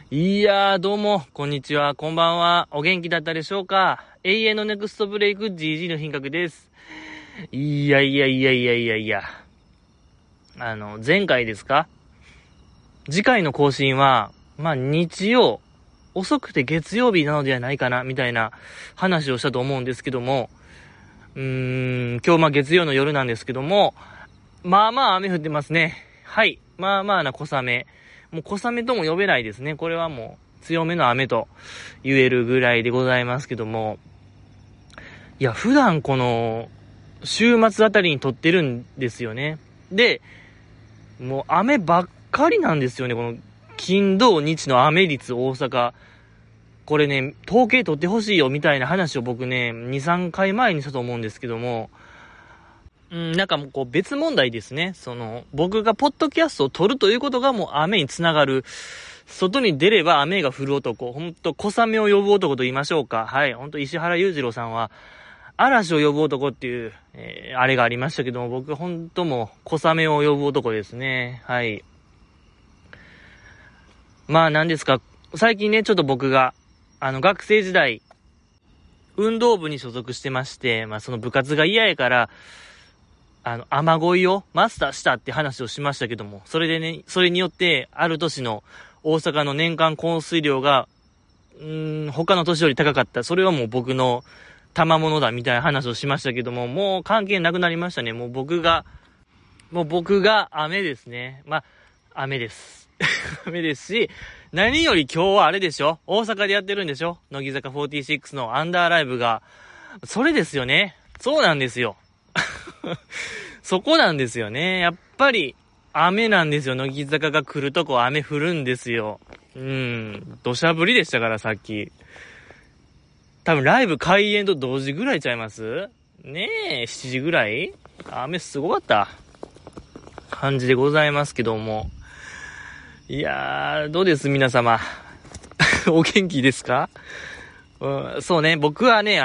いやー、どうも、こんにちは、こんばんは。お元気だったでしょうか？永遠のネクストブレイク GG の品格です。いやいやいやいやいやいや。前回ですか？次回の更新は、日曜、遅くて月曜日なのではないかな、みたいな話をしたと思うんですけども、今日月曜の夜なんですけども、雨降ってますね。はい。な小雨。もう小雨とも呼べないですね。これはもう強めの雨と言えるぐらいでございますけども。いや、普段この週末あたりに撮ってるんですよね。で、もう雨ばっかりなんですよね。この金土日の雨率大阪。これね、統計取ってほしいよみたいな話を僕ね、2、3回前にしたと思うんですけども、なんかもう別問題ですね。僕がポッドキャストを撮るということがもう雨につながる。外に出れば雨が降る男。ほんと小雨を呼ぶ男と言いましょうか。はい。ほんと石原裕次郎さんは、嵐を呼ぶ男っていう、あれがありましたけども、僕ほんともう小雨を呼ぶ男ですね。はい。何ですか。最近ね、ちょっと僕が、学生時代、運動部に所属してまして、その部活が嫌やから、雨乞いをマスターしたって話をしましたけども、それでね、それによって、ある年の大阪の年間降水量が、他の年より高かった。それはもう僕の賜物だみたいな話をしましたけども、もう関係なくなりましたね。もう僕が雨ですね。雨です。雨ですし、何より今日はあれでしょ？大阪でやってるんでしょ？乃木坂46のアンダーライブが。それですよね。そうなんですよ。そこなんですよね。やっぱり、雨なんですよ。乃木坂が来るとこ雨降るんですよ。土砂降りでしたから、さっき。多分ライブ開演と同時ぐらいちゃいますねえ、7時ぐらい雨すごかった感じでございますけども。いやー、どうです皆様。お元気ですか？そうね、僕はね、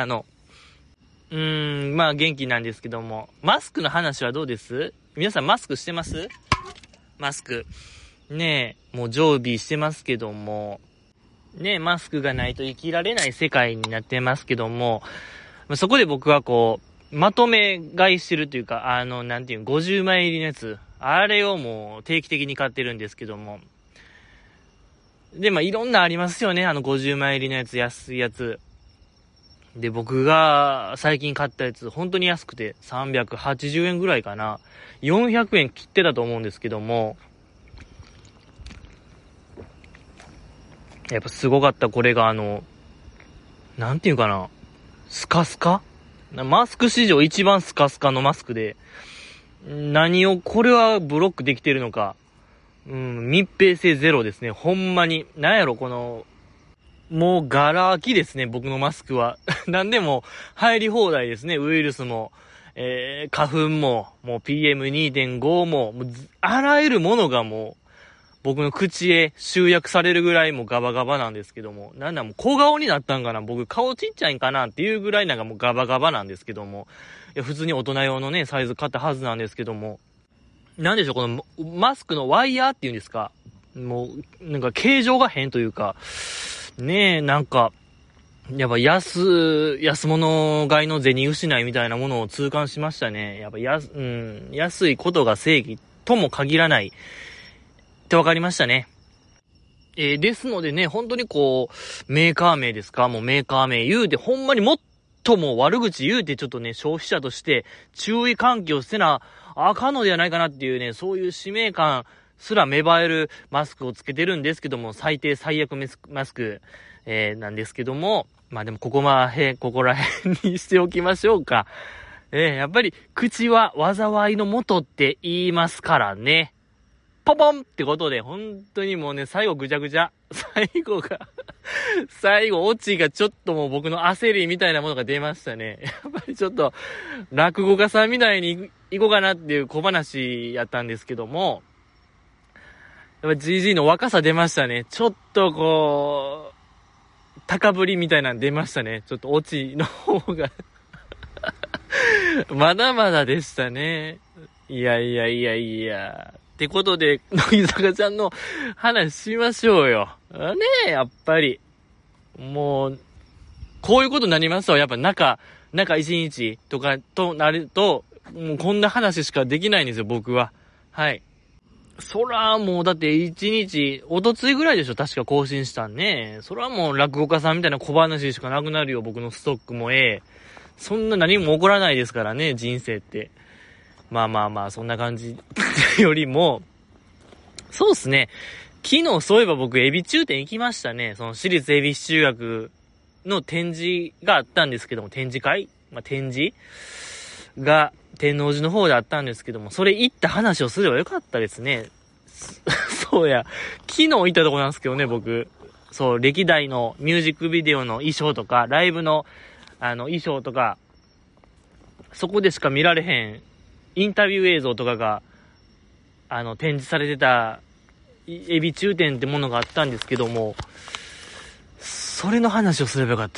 元気なんですけども、マスクの話はどうです？皆さんマスクしてます？マスク。ねえ、もう常備してますけども、ねえ、マスクがないと生きられない世界になってますけども、そこで僕はまとめ買いしてるというか、50枚入りのやつ、あれをもう定期的に買ってるんですけども、で、いろんなありますよね、50枚入りのやつ、安いやつ。で、僕が最近買ったやつ、本当に安くて、380円ぐらいかな。400円切ってたと思うんですけども、やっぱすごかった。これがなんていうかな。スカスカ？マスク史上一番スカスカのマスクで、これはブロックできてるのか。密閉性ゼロですね。ほんまに。もうガラ空きですね、僕のマスクは。なんでも入り放題ですね、ウイルスも。花粉も、もう PM2.5 も、あらゆるものがもう、僕の口へ集約されるぐらいもうガバガバなんですけども、もう小顔になったんかな、僕顔ちっちゃいんかなっていうぐらいもうガバガバなんですけども、いや普通に大人用のね、サイズ買ったはずなんですけども、なんでしょう、このマスクのワイヤーっていうんですか、もう、形状が変というか、ねえ、やっぱ安物買いの銭失いみたいなものを痛感しましたね。やっぱ安いことが正義とも限らないってわかりましたね。ですのでね、本当にメーカー名ですか？もうメーカー名言うて、ほんまにもっとも悪口言うて、ちょっとね、消費者として注意喚起をしてなあかんのではないかなっていうね、そういう使命感すら芽生えるマスクをつけてるんですけども、最低最悪マスク、なんですけども、でもここら辺にしておきましょうか。やっぱり口は災いの元って言いますからね。ポポンってことで、本当にもうね、最後ぐちゃぐちゃ。最後オチがちょっともう僕の焦りみたいなものが出ましたね。やっぱりちょっと、落語家さんみたいに行こうかなっていう小話やったんですけども、やっぱ GG の若さ出ましたね。ちょっと高ぶりみたいなの出ましたね。ちょっとオチの方がまだまだでしたね。いや。ってってことで、乃木坂ちゃんの話しましょうよ。ねえ、やっぱり。もう、こういうことになりますよ。やっぱ中1日とかとなると、もうこんな話しかできないんですよ、僕は。はい。そらもうだって1日、おとついぐらいでしょ、確か更新したんね。そらもう落語家さんみたいな小話しかなくなるよ、僕のストックもそんな何も起こらないですからね、人生って。まあ、そんな感じよりも、そうっすね。昨日そういえば僕、エビ中店行きましたね。その私立恵比寿中学の展示があったんですけども、展示会展示が天王寺の方であったんですけども、それ行った話をすればよかったですね。そうや。昨日行ったとこなんですけどね、僕。そう、歴代のミュージックビデオの衣装とか、ライブの、衣装とか、そこでしか見られへん、インタビュー映像とかが、展示されてた、エビ中店ってものがあったんですけども、それの話をすればよかった。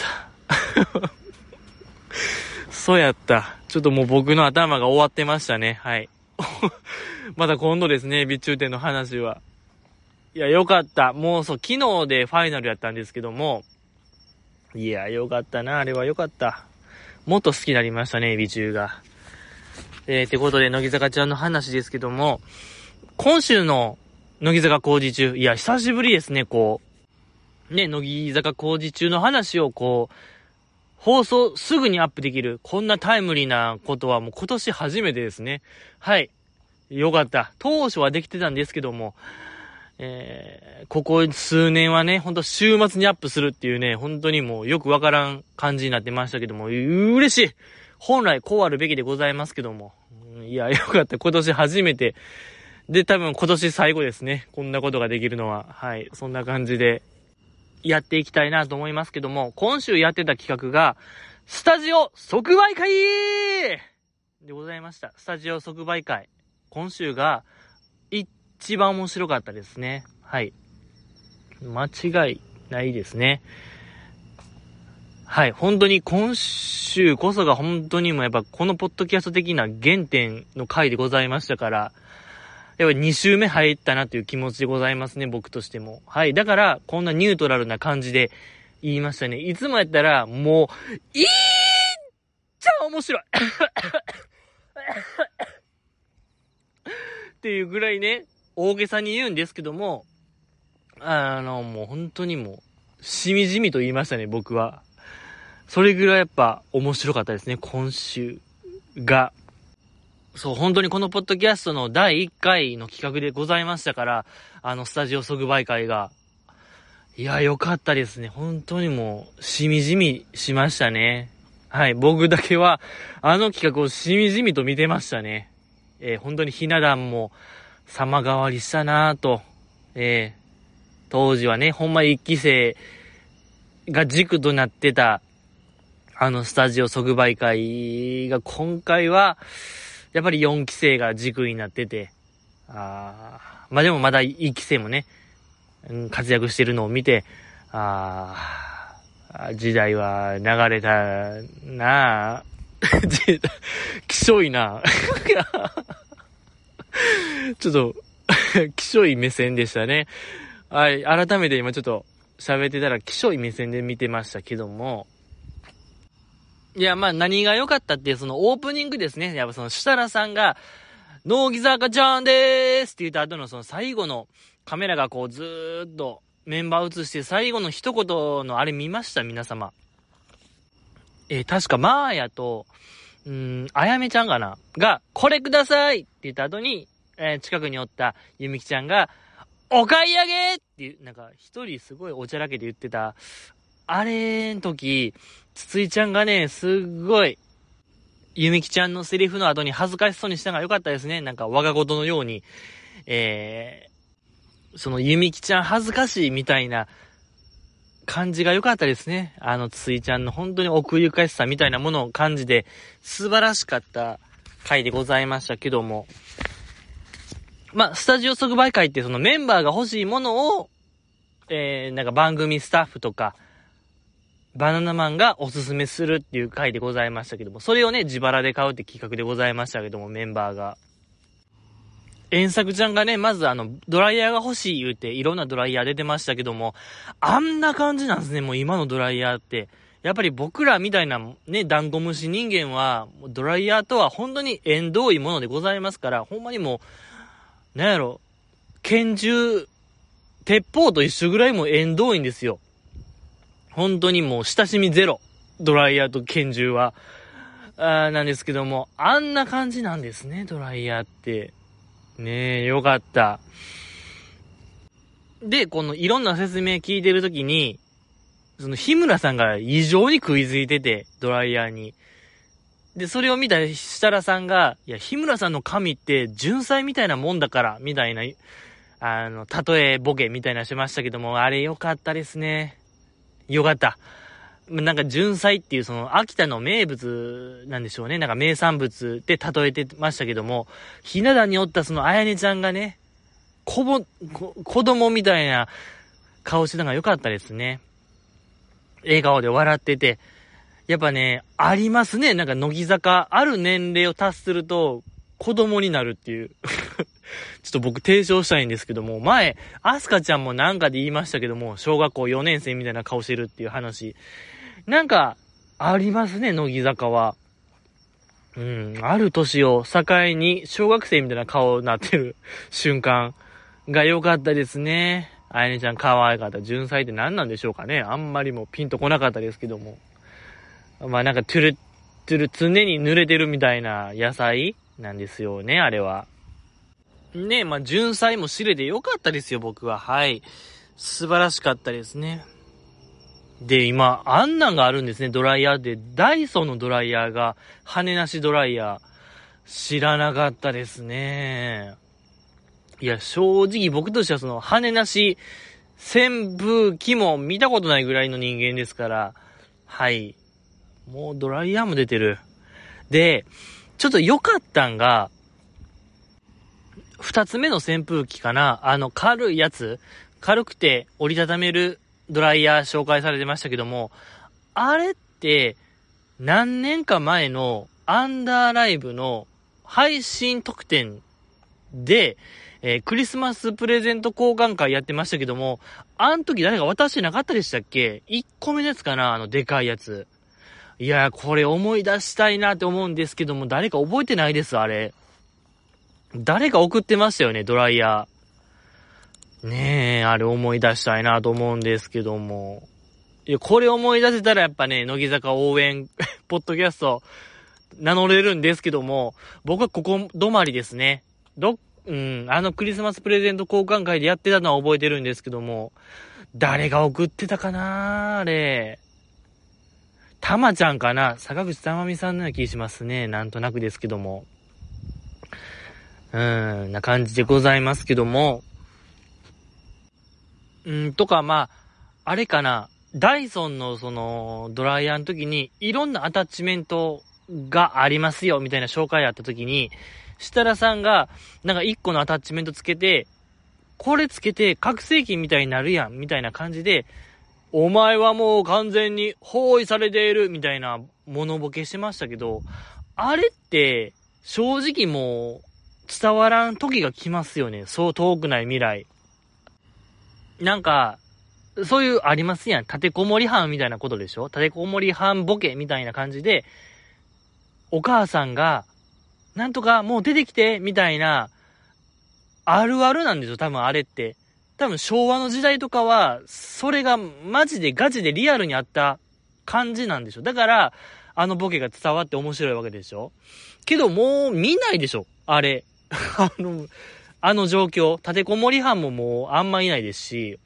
そうやった。ちょっともう僕の頭が終わってましたね。はい。また今度ですね、エビ中店の話は。いや、よかった。もうそう、昨日でファイナルやったんですけども、いや、よかったな、あれはよかった。もっと好きになりましたね、エビ中が。ってことで、乃木坂ちゃんの話ですけども、今週の乃木坂工事中、いや、久しぶりですね、乃木坂工事中の話を放送すぐにアップできる、こんなタイムリーなことはもう今年初めてですね。はい。よかった。当初はできてたんですけども、ここ数年はね、ほんと週末にアップするっていうね、本当にもうよくわからん感じになってましたけども、嬉しい。本来こうあるべきでございますけども。いや、よかった。今年初めて。で、多分今年最後ですね。こんなことができるのは。はい。そんな感じでやっていきたいなと思いますけども、今週やってた企画が、スタジオ即売会でございました。スタジオ即売会。今週が一番面白かったですね。はい。間違いないですね。はい。本当に今週こそが本当にもやっぱこのポッドキャスト的な原点の回でございましたから、やっぱ2週目入ったなという気持ちでございますね、僕としても。はい。だから、こんなニュートラルな感じで言いましたね。いつもやったら、もう、いっちゃ面白いっていうぐらいね、大げさに言うんですけども、もう本当にもう、しみじみと言いましたね、僕は。それぐらいやっぱ面白かったですね、今週が。そう、本当にこのポッドキャストの第1回の企画でございましたから、スタジオ即売会が。いや、よかったですね。本当にもう、しみじみしましたね。はい、僕だけは、企画をしみじみと見てましたね。本当にひな壇も様変わりしたなぁと。当時はね、ほんま1期生が軸となってた、スタジオ即売会が今回は、やっぱり4期生が軸になってて、まあでもまだ1期生もね、活躍してるのを見て、時代は流れたなぁ。きしょいなちょっと、きしょい目線でしたね。はい、改めて今ちょっと喋ってたらきしょい目線で見てましたけども、いや、まあ何が良かったって、そのオープニングですね。やっぱその設楽さんが、乃木坂ちゃんでーすって言った後のその最後のカメラがずーっとメンバー映して最後の一言のあれ見ました皆様。確かマーヤと、あやめちゃんかなが、これくださいって言った後に、近くにおったゆみきちゃんが、お買い上げっていう、なんか一人すごいおちゃらけて言ってた、あれん時、つついちゃんがね、すっごい、ゆみきちゃんのセリフの後に恥ずかしそうにしたのが良かったですね。なんか我が事のように、そのゆみきちゃん恥ずかしいみたいな感じが良かったですね。つついちゃんの本当に奥ゆかしさみたいなものを感じて、素晴らしかった回でございましたけども。まあ、スタジオ即売会ってそのメンバーが欲しいものを、なんか番組スタッフとか、バナナマンがおすすめするっていう回でございましたけども、それをね、自腹で買うって企画でございましたけども、メンバーが。 遠作ちゃんがね、まずドライヤーが欲しい言うて、いろんなドライヤー出てましたけども、あんな感じなんですね、もう今のドライヤーって。やっぱり僕らみたいなね、ダンゴムシ人間は、ドライヤーとは本当に縁遠いものでございますから、ほんまにもう、なんやろ、拳銃、鉄砲と一緒ぐらいも縁遠いんですよ。本当にもう親しみゼロ。ドライヤーと拳銃は。なんですけども、あんな感じなんですね、ドライヤーって。ねえ、よかった。で、このいろんな説明聞いてるときに、その日村さんが異常に食いついてて、ドライヤーに。で、それを見た設楽さんが、いや、日村さんの髪って純菜みたいなもんだから、みたいな、例えボケみたいなしましたけども、あれよかったですね。よかった。なんか純菜っていうその秋田の名物なんでしょうね。なんか名産物で例えてましたけども、ひな壇におったそのあやねちゃんがね、子供みたいな顔してたのがよかったですね。笑顔で笑ってて。やっぱね、ありますね。なんか乃木坂、ある年齢を達すると子供になるっていう。ちょっと僕提唱したいんですけども、前、アスカちゃんもなんかで言いましたけども、小学校4年生みたいな顔してるっていう話。なんか、ありますね、乃木坂は。ある年を境に小学生みたいな顔になってる瞬間が良かったですね。あやねちゃん可愛かった。純菜って何なんでしょうかね。あんまりもうピンとこなかったですけども。まあなんかトゥル常に濡れてるみたいな野菜なんですよね、あれは。ねえ、まあ純菜も知れて良かったですよ、僕は。はい。素晴らしかったですね。で、今、あんなんがあるんですね、ドライヤーで。ダイソンのドライヤーが、羽なしドライヤー。知らなかったですね。いや、正直僕としてはその、羽なし扇風機も見たことないぐらいの人間ですから、はい。もうドライヤーも出てる。で、ちょっと良かったんが、二つ目の扇風機かな、軽いやつ、軽くて折りたためるドライヤー紹介されてましたけども、あれって、何年か前のアンダーライブの配信特典で、クリスマスプレゼント交換会やってましたけども、あの時誰か渡してなかったでしたっけ？ 1 個目のやつかな、でかいやつ。いやー、これ思い出したいなって思うんですけども、誰か覚えてないです、あれ。誰か送ってましたよね、ドライヤー。ねえ、あれ思い出したいなと思うんですけども。いや、これ思い出せたらやっぱね、乃木坂応援、ポッドキャスト、名乗れるんですけども、僕はここ止まりですね。クリスマスプレゼント交換会でやってたのは覚えてるんですけども、誰が送ってたかなあれ。たまちゃんかな、坂口たまみさんのような気しますね。なんとなくですけども。な感じでございますけども。とか、まあ、あれかな、ダイソンのその、ドライヤーの時に、いろんなアタッチメントがありますよ、みたいな紹介あった時に、設楽さんが、なんか一個のアタッチメントつけて、これつけて拡声器みたいになるやん、みたいな感じで、お前はもう完全に包囲されている、みたいな物ボケしてましたけど、あれって、正直もう、伝わらん時が来ますよね。そう遠くない未来。なんか、そういうありますやん。立てこもり犯みたいなことでしょ？立てこもり犯ボケみたいな感じで、お母さんが、なんとかもう出てきて、みたいな、あるあるなんですよ、多分あれって。多分昭和の時代とかは、それがマジでガチでリアルにあった感じなんでしょ。だから、あのボケが伝わって面白いわけでしょ。けどもう見ないでしょ、あれ。あの状況。立てこもり犯ももうあんまいないですし、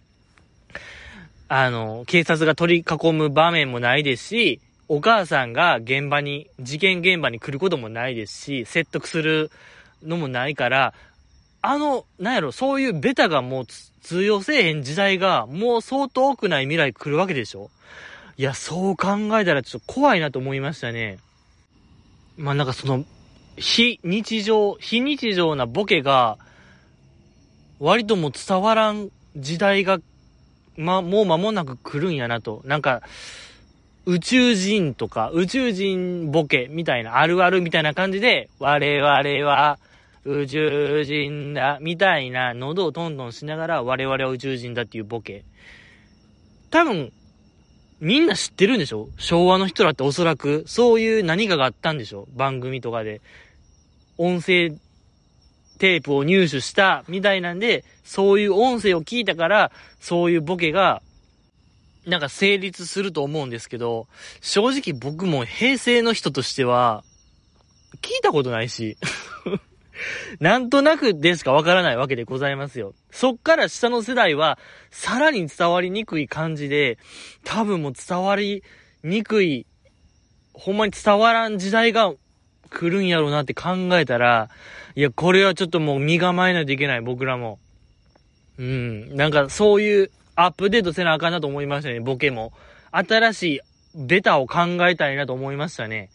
警察が取り囲む場面もないですし、お母さんが事件現場に来ることもないですし、説得するのもないから、なんやろ、そういうベタがもう通用せえへん時代が、もう相当多くない未来来るわけでしょ。いや、そう考えたらちょっと怖いなと思いましたね。まあなんかその、非日常なボケが、割ともう伝わらん時代が、もう間もなく来るんやなと。なんか、宇宙人ボケみたいな、あるあるみたいな感じで、我々は宇宙人だ、みたいな喉をトントンしながら我々は宇宙人だっていうボケ。多分、みんな知ってるんでしょ？昭和の人らっておそらく、そういう何かがあったんでしょ？番組とかで。音声テープを入手したみたいなんで、そういう音声を聞いたから、そういうボケが、なんか成立すると思うんですけど、正直僕も平成の人としては、聞いたことないし、なんとなくでしかわからないわけでございますよ。そっから下の世代は、さらに伝わりにくい感じで、多分もう伝わりにくい、ほんまに伝わらん時代が来るんやろうなって考えたら、いや、これはちょっともう身構えないといけない、僕らも。なんかそういうアップデートせなあかんなと思いましたね、ボケも。新しいベタを考えたいなと思いましたね。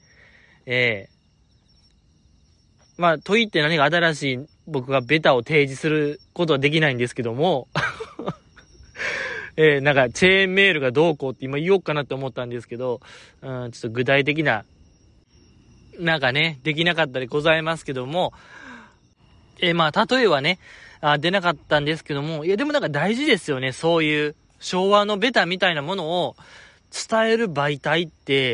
まあ、と言って何か新しい僕がベタを提示することはできないんですけども、なんかチェーンメールがどうこうって今言おうかなって思ったんですけど、ちょっと具体的な、なんかね、できなかったりございますけども、まあ、例えばね、出なかったんですけども、いや、でもなんか大事ですよね、そういう昭和のベタみたいなものを伝える媒体って、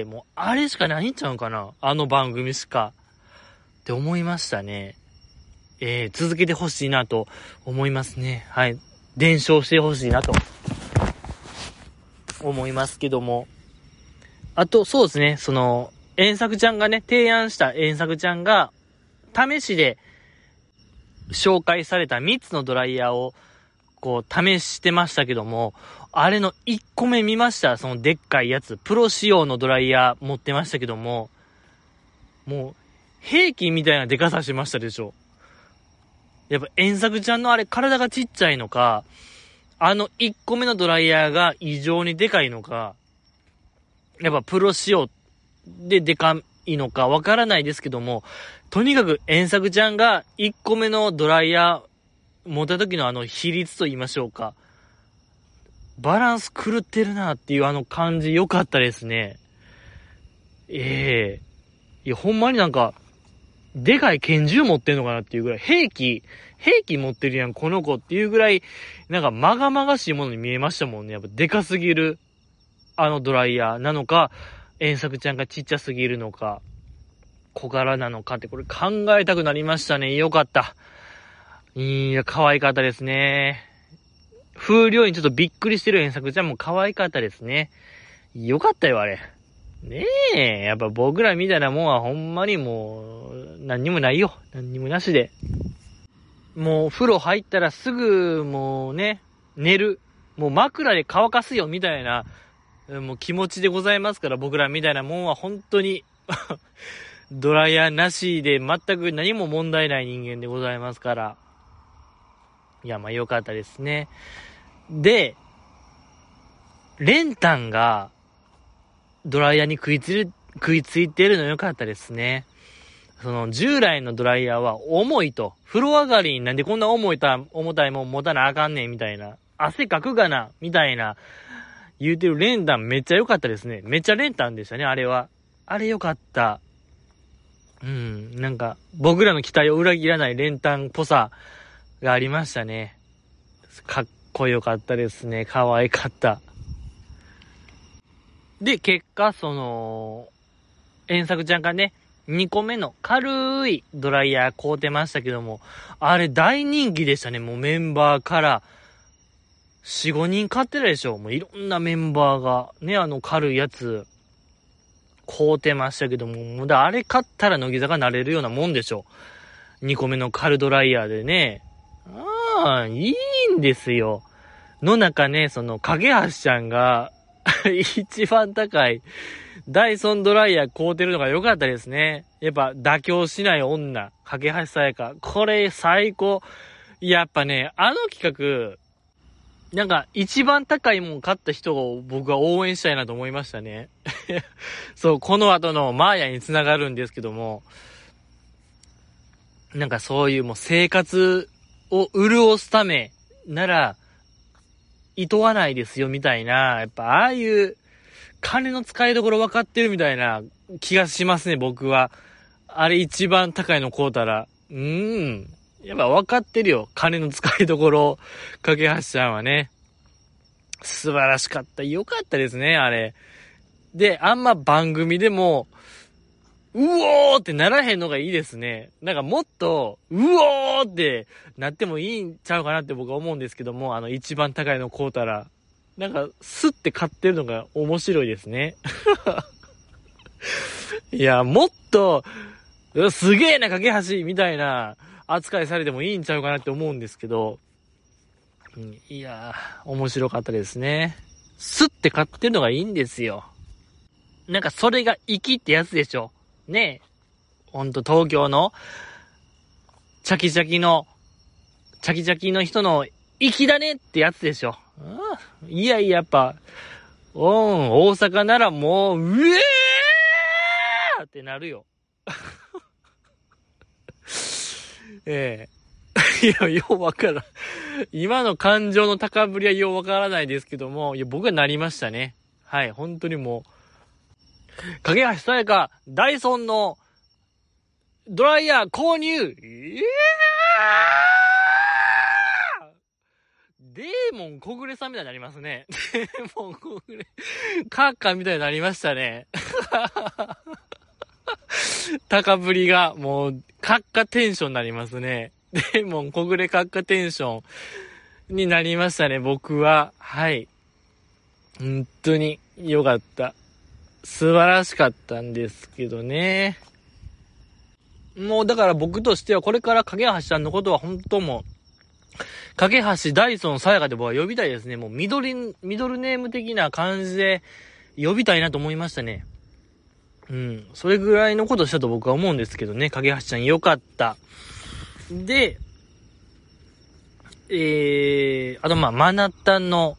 もうあれしかないんちゃうかな、あの番組しか。って思いましたね。続けてほしいなと思いますね。はい。伝承してほしいなと思いますけども。あと、そうですね、遠作ちゃんがね、提案した遠作ちゃんが、試しで紹介された3つのドライヤーを、こう、試してましたけども、あれの1個目見ました。そのでっかいやつ。プロ仕様のドライヤー持ってましたけども、もう、兵器みたいなデカさしましたでしょ。やっぱ遠作ちゃんのあれ体がちっちゃいのか、1個目のドライヤーが異常にでかいのか、やっぱプロ仕様ででかいのかわからないですけども、とにかく遠作ちゃんが1個目のドライヤー持った時の比率と言いましょうか。バランス狂ってるなっていう感じ良かったですね。いや、ほんまになんか、でかい拳銃持ってんのかなっていうぐらい、兵器持ってるやん、この子っていうぐらい、なんか、まがまがしいものに見えましたもんね。やっぱ、でかすぎる、ドライヤーなのか、遠作ちゃんがちっちゃすぎるのか、小柄なのかって、これ考えたくなりましたね。よかった。いや、可愛かったですね。風量にちょっとびっくりしてる遠作ちゃんも可愛かったですね。よかったよ、あれ。ねえ、やっぱ僕らみたいなもんはほんまにもう、何にもないよ。何にもなしで。もう風呂入ったらすぐもうね、寝る。もう枕で乾かすよみたいな、もう気持ちでございますから、僕らみたいなもんは本当に、ドライヤーなしで全く何も問題ない人間でございますから。いや、まあ良かったですね。で、練炭が、ドライヤーに食いついてるの良かったですね。従来のドライヤーは重いと。風呂上がりになんでこんな重たいもん持たなあかんねんみたいな。汗かくがな、みたいな。言うてる練炭めっちゃ良かったですね。めっちゃ練炭でしたね、あれは。あれ良かった。なんか、僕らの期待を裏切らない練炭っぽさがありましたね。かっこよかったですね。可愛かった。で、結果、遠作ちゃんがね、2個目の軽いドライヤー買うてましたけども、あれ大人気でしたね。もうメンバーから4、5人買ってたでしょ。もういろんなメンバーがね、軽いやつ買うてましたけども、あれ買ったら乃木坂なれるようなもんでしょ。2個目の軽ドライヤーでね。いいんですよ。の中ね、影橋ちゃんが一番高いダイソンドライヤー買うてるのが良かったですね。やっぱ妥協しない女、架橋さやか。これ最高。やっぱね、企画、なんか一番高いもん買った人を僕は応援したいなと思いましたね。そう、この後のマーヤにつながるんですけども、なんかそういうもう生活を潤すためなら、厭わないですよみたいな、やっぱああいう金の使いどころ分かってるみたいな気がしますね、僕は。あれ一番高いの買うたら。 やっぱ分かってるよ。金の使いどころ、架橋ちゃんはね。素晴らしかった。よかったですね、あれ。で、あんま番組でも、うおーってならへんのがいいですね。なんかもっと、うおーってなってもいいんちゃうかなって僕は思うんですけども、一番高いの買うたら、なんか、スッて買ってるのが面白いですね。いや、もっと、すげえな、架橋みたいな扱いされてもいいんちゃうかなって思うんですけど、いやー、面白かったですね。スッて買ってるのがいいんですよ。なんかそれが粋ってやつでしょ。ねえ。ほんと東京の、チャキチャキの人の粋だねってやつでしょ。いやいや、やっぱ、大阪ならもう、うえーってなるよ。ええ。いや、ようわからん。今の感情の高ぶりはようわからないですけども、いや、僕はなりましたね。はい、本当にもう。架橋さやか、ダイソンのドライヤー購入。デーモン小暮さんみたいになりますね。デーモン小暮。カッカみたいになりましたね。高ぶりが、もう、カッカテンションになりますね。デーモン小暮カッカテンションになりましたね、僕は。はい。本当に良かった。素晴らしかったんですけどね。もうだから僕としてはこれから架橋さんのことは本当もう、架橋ダイソンさやかで僕は呼びたいですね。もうミドルネーム的な感じで呼びたいなと思いましたね。それぐらいのことしたと僕は思うんですけどね。架橋ちゃんよかった。で、あとマナッタンの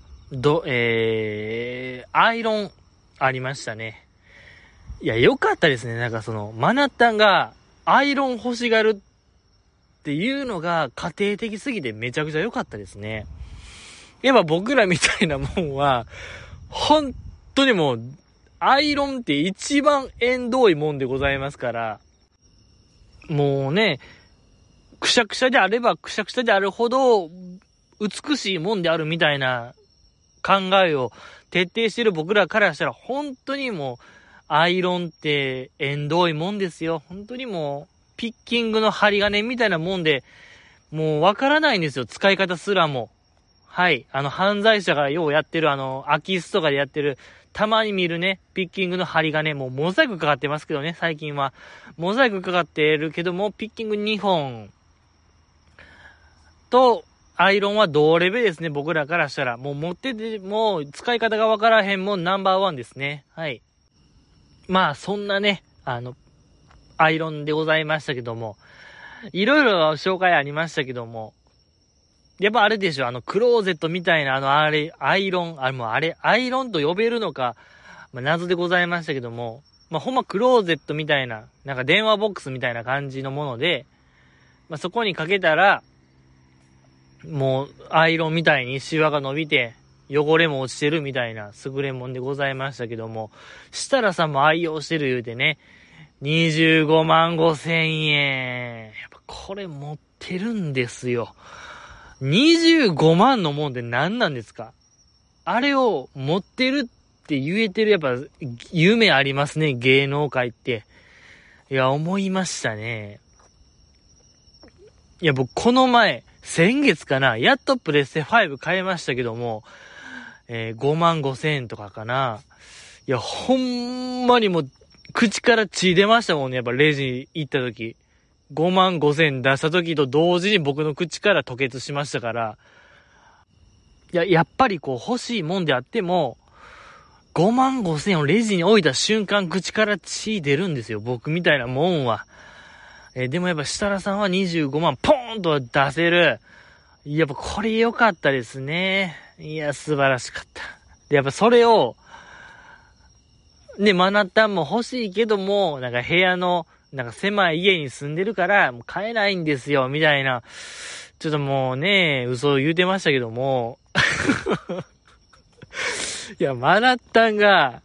アイロンありましたね。いや、よかったですね。なんかマナッタンがアイロン欲しがるっていうのが家庭的すぎてめちゃくちゃ良かったですね。やっぱ僕らみたいなもんは、本当にもう、アイロンって一番縁遠いもんでございますから、もうね、くしゃくしゃであればくしゃくしゃであるほど、美しいもんであるみたいな考えを徹底してる僕らからしたら、本当にもう、アイロンって縁遠いもんですよ。本当にもう、ピッキングの針金みたいなもんで、もうわからないんですよ。使い方すらも。はい。犯罪者がようやってる空き巣とかでやってる、たまに見るね、ピッキングの針金、もうモザイクかかってますけどね、最近は。モザイクかかってるけども、ピッキング2本と、アイロンは同レベルですね、僕らからしたら。もう持ってて、もう使い方がわからへんもんナンバーワンですね。はい。まあ、そんなね、アイロンでございましたけども、いろいろ紹介ありましたけども、やっぱあれでしょ、クローゼットみたいなアイロン、アイロンと呼べるのか、謎でございましたけども、ほんまクローゼットみたいな、なんか電話ボックスみたいな感じのもので、そこにかけたら、もう、アイロンみたいにシワが伸びて、汚れも落ちてるみたいな優れもんでございましたけども、設楽さんも愛用してる言うてね、25万5千円。やっぱこれ持ってるんですよ。25万のもんって何なんですか？あれを持ってるって言えてる、やっぱ夢ありますね、芸能界って。いや、思いましたね。いや、僕この前、先月かな、やっとプレステ5買いましたけども、5万5千円とかかな。いや、ほんまにもう、口から血出ましたもんね、やっぱレジ行った時。5万5千出した時と同時に僕の口から吐血しましたから、やっぱりこう欲しいもんであっても、5万5千をレジに置いた瞬間口から血出るんですよ、僕みたいなもんは。でもやっぱ設楽さんは25万ポーンと出せる。やっぱこれ良かったですね。いや、素晴らしかった。で、やっぱそれを、ね、マナッタンも欲しいけども、なんか部屋の、なんか狭い家に住んでるから、もう買えないんですよ、みたいな。ちょっともうね、嘘を言うてましたけども。いや、マナッタンが、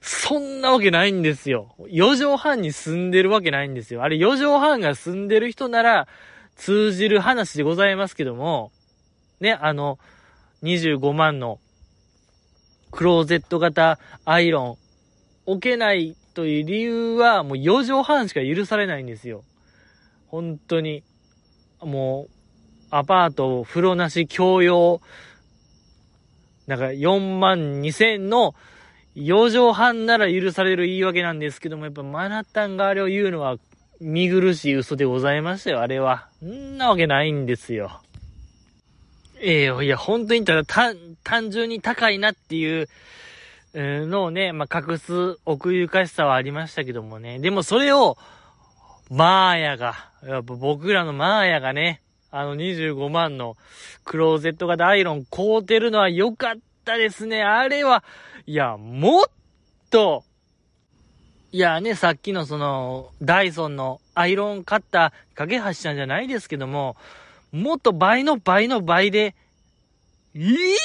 そんなわけないんですよ。4畳半に住んでるわけないんですよ。あれ4畳半が住んでる人なら通じる話でございますけども、ね、25万のクローゼット型アイロン置けないという理由はもう4畳半しか許されないんですよ。本当に。もう、アパート、風呂なし共用、なんか4万2千の4畳半なら許される言い訳なんですけども、やっぱマナタンがあれを言うのは見苦しい嘘でございましたよ、あれは。んなわけないんですよ。いや、本当にただ単純に高いなっていうのをね、隠す奥ゆかしさはありましたけどもね。でもそれを、やっぱ僕らのがね、25万のクローゼット型アイロン買うてるのは良かったですね。あれは、いや、もっと、いやね、さっきのその、ダイソンのアイロンカッター、架け橋さんじゃないですけども、もっと倍の倍で、す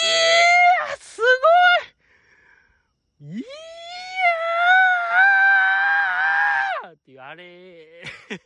ごいっていう、あれ、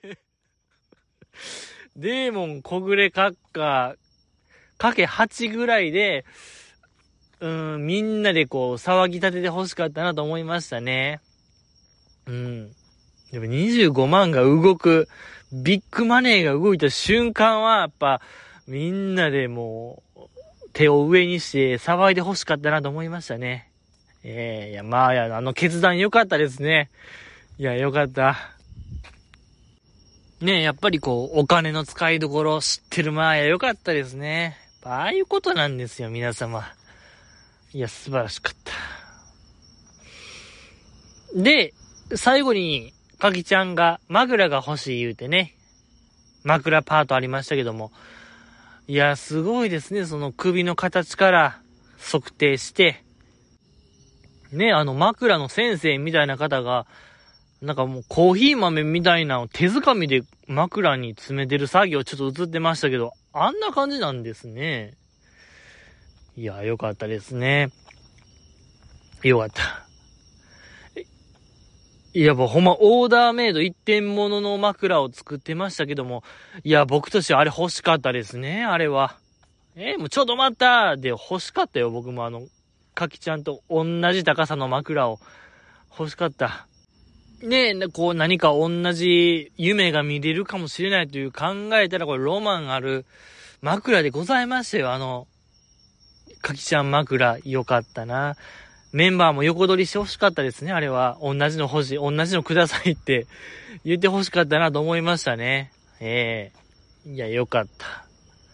デーモン小暮閣下、かけ8ぐらいで、みんなでこう、騒ぎ立てて欲しかったなと思いましたね。でも25万が動く、ビッグマネーが動いた瞬間は、やっぱ、みんなでもう、手を上にして騒いで欲しかったなと思いましたね。いや、決断良かったですね。いや、良かった。ねえ、やっぱりこう、お金の使いどころ知ってる良かったですね。ああいうことなんですよ、皆様。いや、素晴らしかった。で、最後に、かきちゃんが枕が欲しい言うてね、枕パートありましたけども、いや、すごいですね、その首の形から測定して、ね、枕の先生みたいな方が、なんかもうコーヒー豆みたいなのを手づかみで枕に詰めてる作業ちょっと映ってましたけど、あんな感じなんですね。いや、よかったですね。よかった。いや、もうほんまオーダーメイド一点物の枕を作ってましたけども、いや、僕としてはあれ欲しかったですね、あれは。もうちょっと待ったで欲しかったよ、僕もかきちゃんと同じ高さの枕を欲しかった。ねえ、こう何か同じ夢が見れるかもしれないという考えたらこれロマンある枕でございましたよ。かきちゃん枕良かったな。メンバーも横取りして欲しかったですね、あれは。同じの欲しい、同じのくださいって言って欲しかったなと思いましたね。いや、良かった。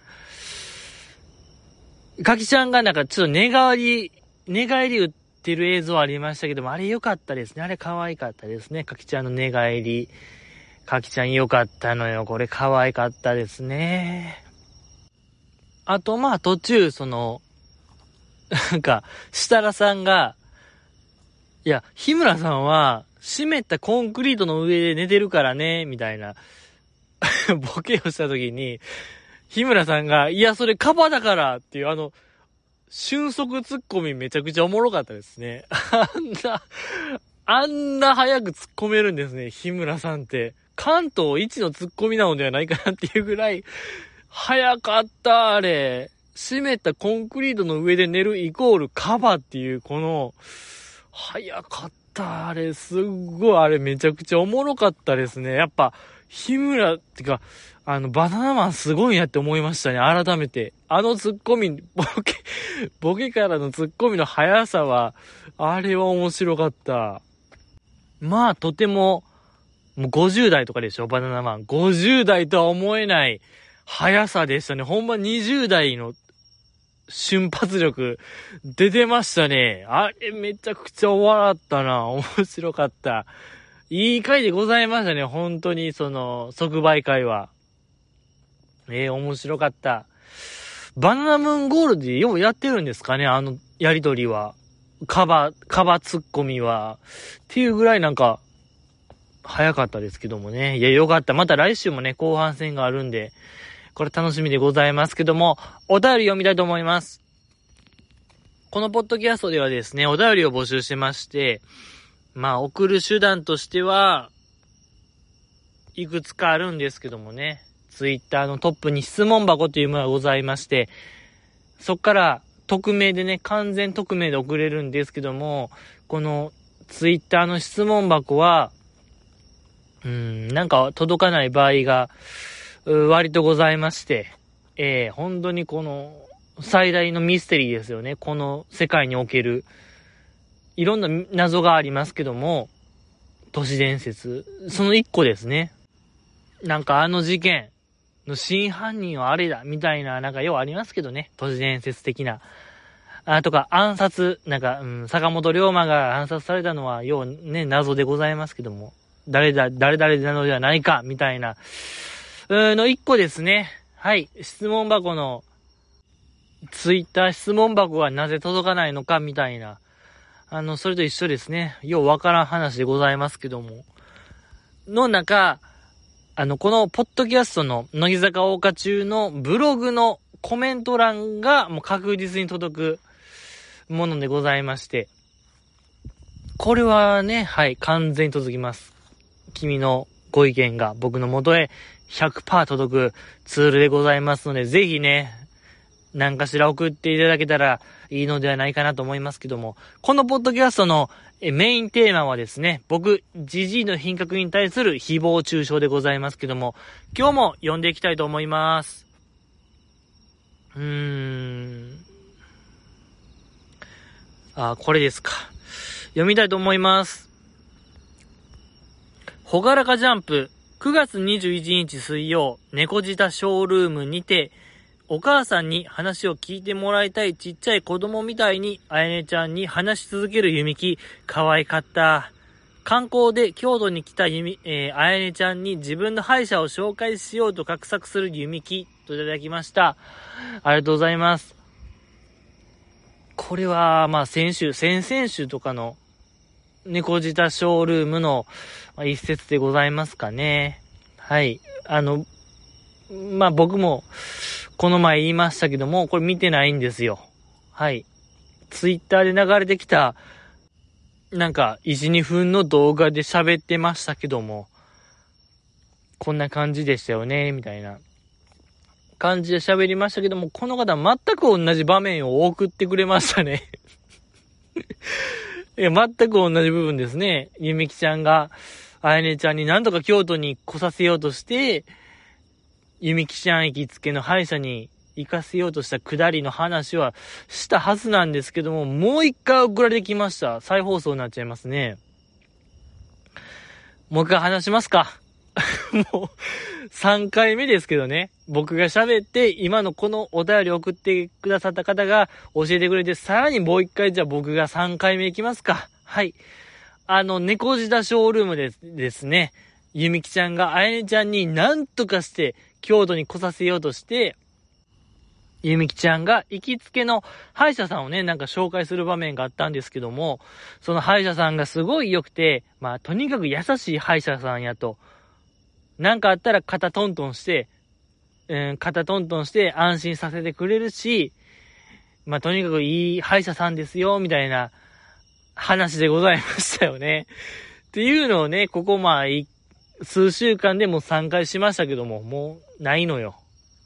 かきちゃんがなんかちょっと寝返り打ってる映像ありましたけども、あれ良かったですね。あれ可愛かったですね。かきちゃんの寝返り。かきちゃん良かったのよ。これ可愛かったですね。あと途中なんか、設楽さんが、いや、日村さんは、湿ったコンクリートの上で寝てるからね、みたいな、ボケをしたときに、日村さんが、いや、それカバだからっていう瞬足ツッコミめちゃくちゃおもろかったですね。あんな早く突っ込めるんですね、日村さんって。関東一のツッコミなのではないかなっていうぐらい、早かった、あれ。湿ったコンクリートの上で寝るイコールカバっていう、早かった、あれ。すっごい、あれめちゃくちゃおもろかったですね。やっぱ、日村、ってか、バナナマンすごいなって思いましたね、改めて。ツッコミ、ボケからのツッコミの速さは、あれは面白かった。とても、もう50代とかでしょ、バナナマン。50代とは思えない速さでしたね。ほんま20代の瞬発力出てましたね。あれめちゃくちゃ笑ったな。面白かった。いい回でございましたね。本当に即売会は。面白かった。バナナムーンゴールドでようやってるんですかね、やりとりは。カバツッコミは。っていうぐらいなんか、早かったですけどもね。いや、よかった。また来週もね、後半戦があるんで、これ楽しみでございますけども、お便り読みたいと思います。このポッドキャストではですね、お便りを募集してまして、 まあ送る手段としてはいくつかあるんですけどもね、ツイッターのトップに質問箱というものがございまして、そっから匿名でね、完全匿名で送れるんですけども、このツイッターの質問箱はなんか届かない場合が割とございまして、本当にこの最大のミステリーですよね。この世界におけるいろんな謎がありますけども、都市伝説その一個ですね。なんかあの事件の真犯人はあれだみたいな、なんかようありますけどね、都市伝説的なとか暗殺、なんか、坂本龍馬が暗殺されたのはようね謎でございますけども、誰々なのではないかみたいなの一個ですね。はい、質問箱のツイッター質問箱がなぜ届かないのかみたいな、それと一緒ですね。ようわからん話でございますけども。の中、このポッドキャストの乃木坂大花中のブログのコメント欄がもう確実に届くものでございまして。これはね、はい、完全に届きます。君のご意見が僕の元へ 100% 届くツールでございますので、ぜひね、何かしら送っていただけたらいいのではないかなと思いますけども、このポッドキャストのメインテーマはですね、僕、ジジイの品格に対する誹謗中傷でございますけども、今日も読んでいきたいと思います。これですか。読みたいと思います。ほがらかジャンプ、9月21日水曜、猫舌ショールームにて、お母さんに話を聞いてもらいたいちっちゃい子供みたいにあやねちゃんに話し続けるゆみき、可愛かった。観光で京都に来たあやねちゃんに自分の歯医者を紹介しようと画策するゆみきといただきました。ありがとうございます。これはまあ先々週とかの猫舌ショールームの一節でございますかね。はい。まあ僕もこの前言いましたけども、これ見てないんですよ。はい。ツイッターで流れてきた、なんか、1、2分の動画で喋ってましたけども、こんな感じでしたよね、みたいな感じで喋りましたけども、この方全く同じ場面を送ってくれましたね。いや、全く同じ部分ですね。ゆみきちゃんが、あやねちゃんに何とか京都に来させようとして、ゆみきちゃん行きつけの歯医者に行かせようとしたくだりの話はしたはずなんですけども、もう一回送られてきました。再放送になっちゃいますね。もう一回話しますか。もう3回目ですけどね。僕が喋って今のこのお便り送ってくださった方が教えてくれて、さらにもう一回じゃあ僕が3回目いきますか。はい。猫舌ショールームですね。ゆみきちゃんがあやねちゃんに何とかして京都に来させようとして、ゆみきちゃんが行きつけの歯医者さんをね、なんか紹介する場面があったんですけども、その歯医者さんがすごい良くて、まあとにかく優しい歯医者さんやと。なんかあったら肩トントンして安心させてくれるし、まあとにかくいい歯医者さんですよ、みたいな話でございましたよね。っていうのをね、ここまあ数週間でも3回しましたけども、もうないのよ。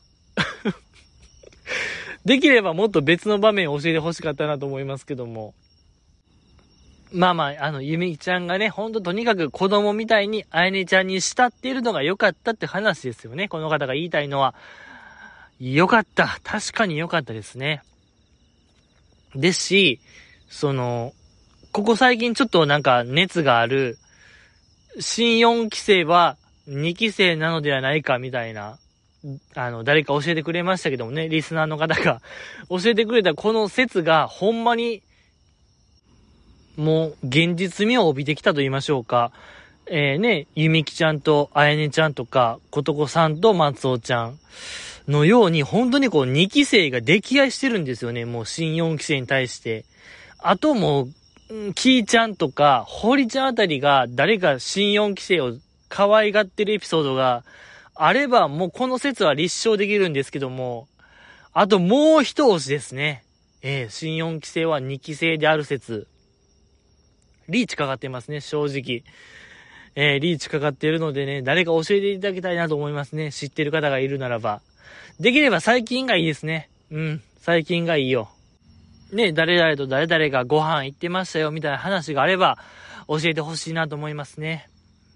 できればもっと別の場面を教えてほしかったなと思いますけども。まあまあ、ゆみちゃんがね、ほんととにかく子供みたいにあやねちゃんに慕っているのが良かったって話ですよね。この方が言いたいのは。良かった。確かに良かったですね。ですし、ここ最近ちょっとなんか熱がある、新4期生は2期生なのではないかみたいな、誰か教えてくれましたけどもね、リスナーの方が教えてくれたこの説がほんまにもう現実味を帯びてきたと言いましょうか。ゆみきちゃんとあやねちゃんとか、ことこさんと松尾ちゃんのように、本当にこう2期生が溺愛してるんですよね。もう新4期生に対して。あともう、キーちゃんとか、堀ちゃんあたりが誰か新4期生を可愛がってるエピソードがあれば、もうこの説は立証できるんですけども、あともう一押しですね。新4期生は2期生である説。 リーチかかってますね、正直。リーチかかっているのでね、誰か教えていただきたいなと思いますね。知ってる方がいるならば。できれば最近がいいですね。最近がいいよ。ね、誰々と誰々がご飯行ってましたよ、みたいな話があれば、教えてほしいなと思いますね。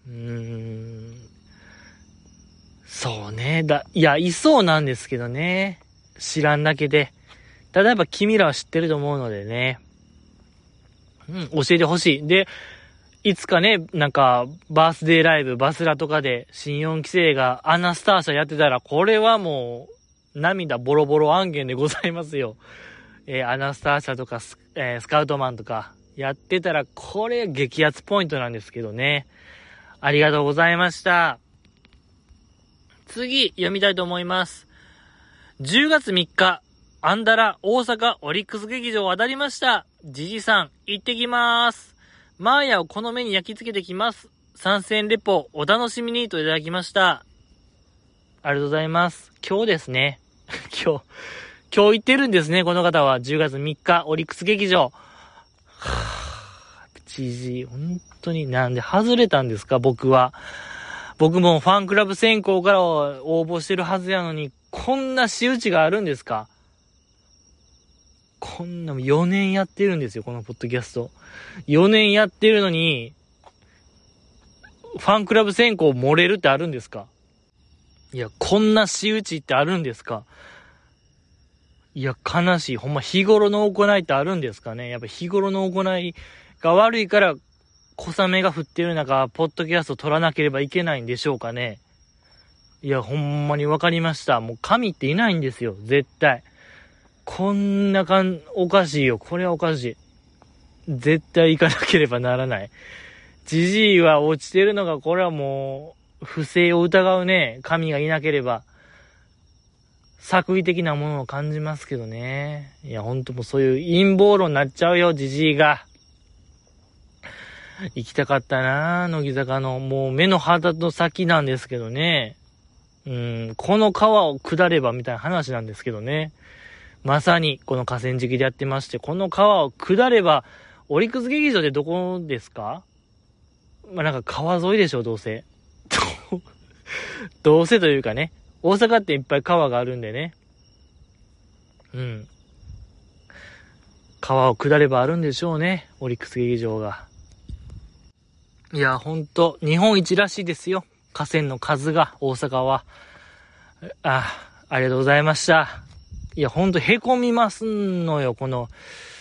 そうね。いや、いそうなんですけどね。知らんだけで。ただやっぱ君らは知ってると思うのでね。教えてほしい。で、いつかね、なんか、バースデーライブ、バスラとかで、新4期生がアナスターシャやってたら、これはもう、涙ボロボロ案件でございますよ。アナスターシャとかスカウトマンとか、やってたら、これ激アツポイントなんですけどね。ありがとうございました。次、読みたいと思います。10月3日、アンダラ大阪オリックス劇場渡りました。ジジさん、行ってきます。マーヤをこの目に焼き付けてきます。参戦レポ、お楽しみにといただきました。ありがとうございます。今日ですね。今日行ってるんですね、この方は。10月3日、オリックス劇場。ジジ、本当になんで外れたんですか、僕は。僕もファンクラブ選考から応募してるはずやのに、こんな仕打ちがあるんですか？こんな4年やってるんですよ、このポッドキャスト。4年やってるのに、ファンクラブ選考漏れるってあるんですか？いや、こんな仕打ちってあるんですか？いや、悲しい。ほんま、日頃の行いってあるんですかね？やっぱ日頃の行いが悪いから、小雨が降ってる中、ポッドキャスト撮らなければいけないんでしょうかね？いや、ほんまにわかりました。もう神っていないんですよ、絶対。こんなおかしいよ。これはおかしい。絶対行かなければならない。ジジイは落ちてるのが、これはもう、不正を疑うね。神がいなければ。作為的なものを感じますけどね。いや、ほんともうそういう陰謀論になっちゃうよ、ジジイが。行きたかったなぁ、乃木坂の。もう目の肌の先なんですけどね。この川を下ればみたいな話なんですけどね。まさにこの河川敷でやってまして、この川を下れば、オリックス劇場でどこですか？なんか川沿いでしょ、どうせ。どうせというかね。大阪っていっぱい川があるんでね。川を下ればあるんでしょうね、オリックス劇場が。いや、ほんと、日本一らしいですよ。河川の数が、大阪は。ありがとうございました。いや、ほんと、凹みますのよ、この、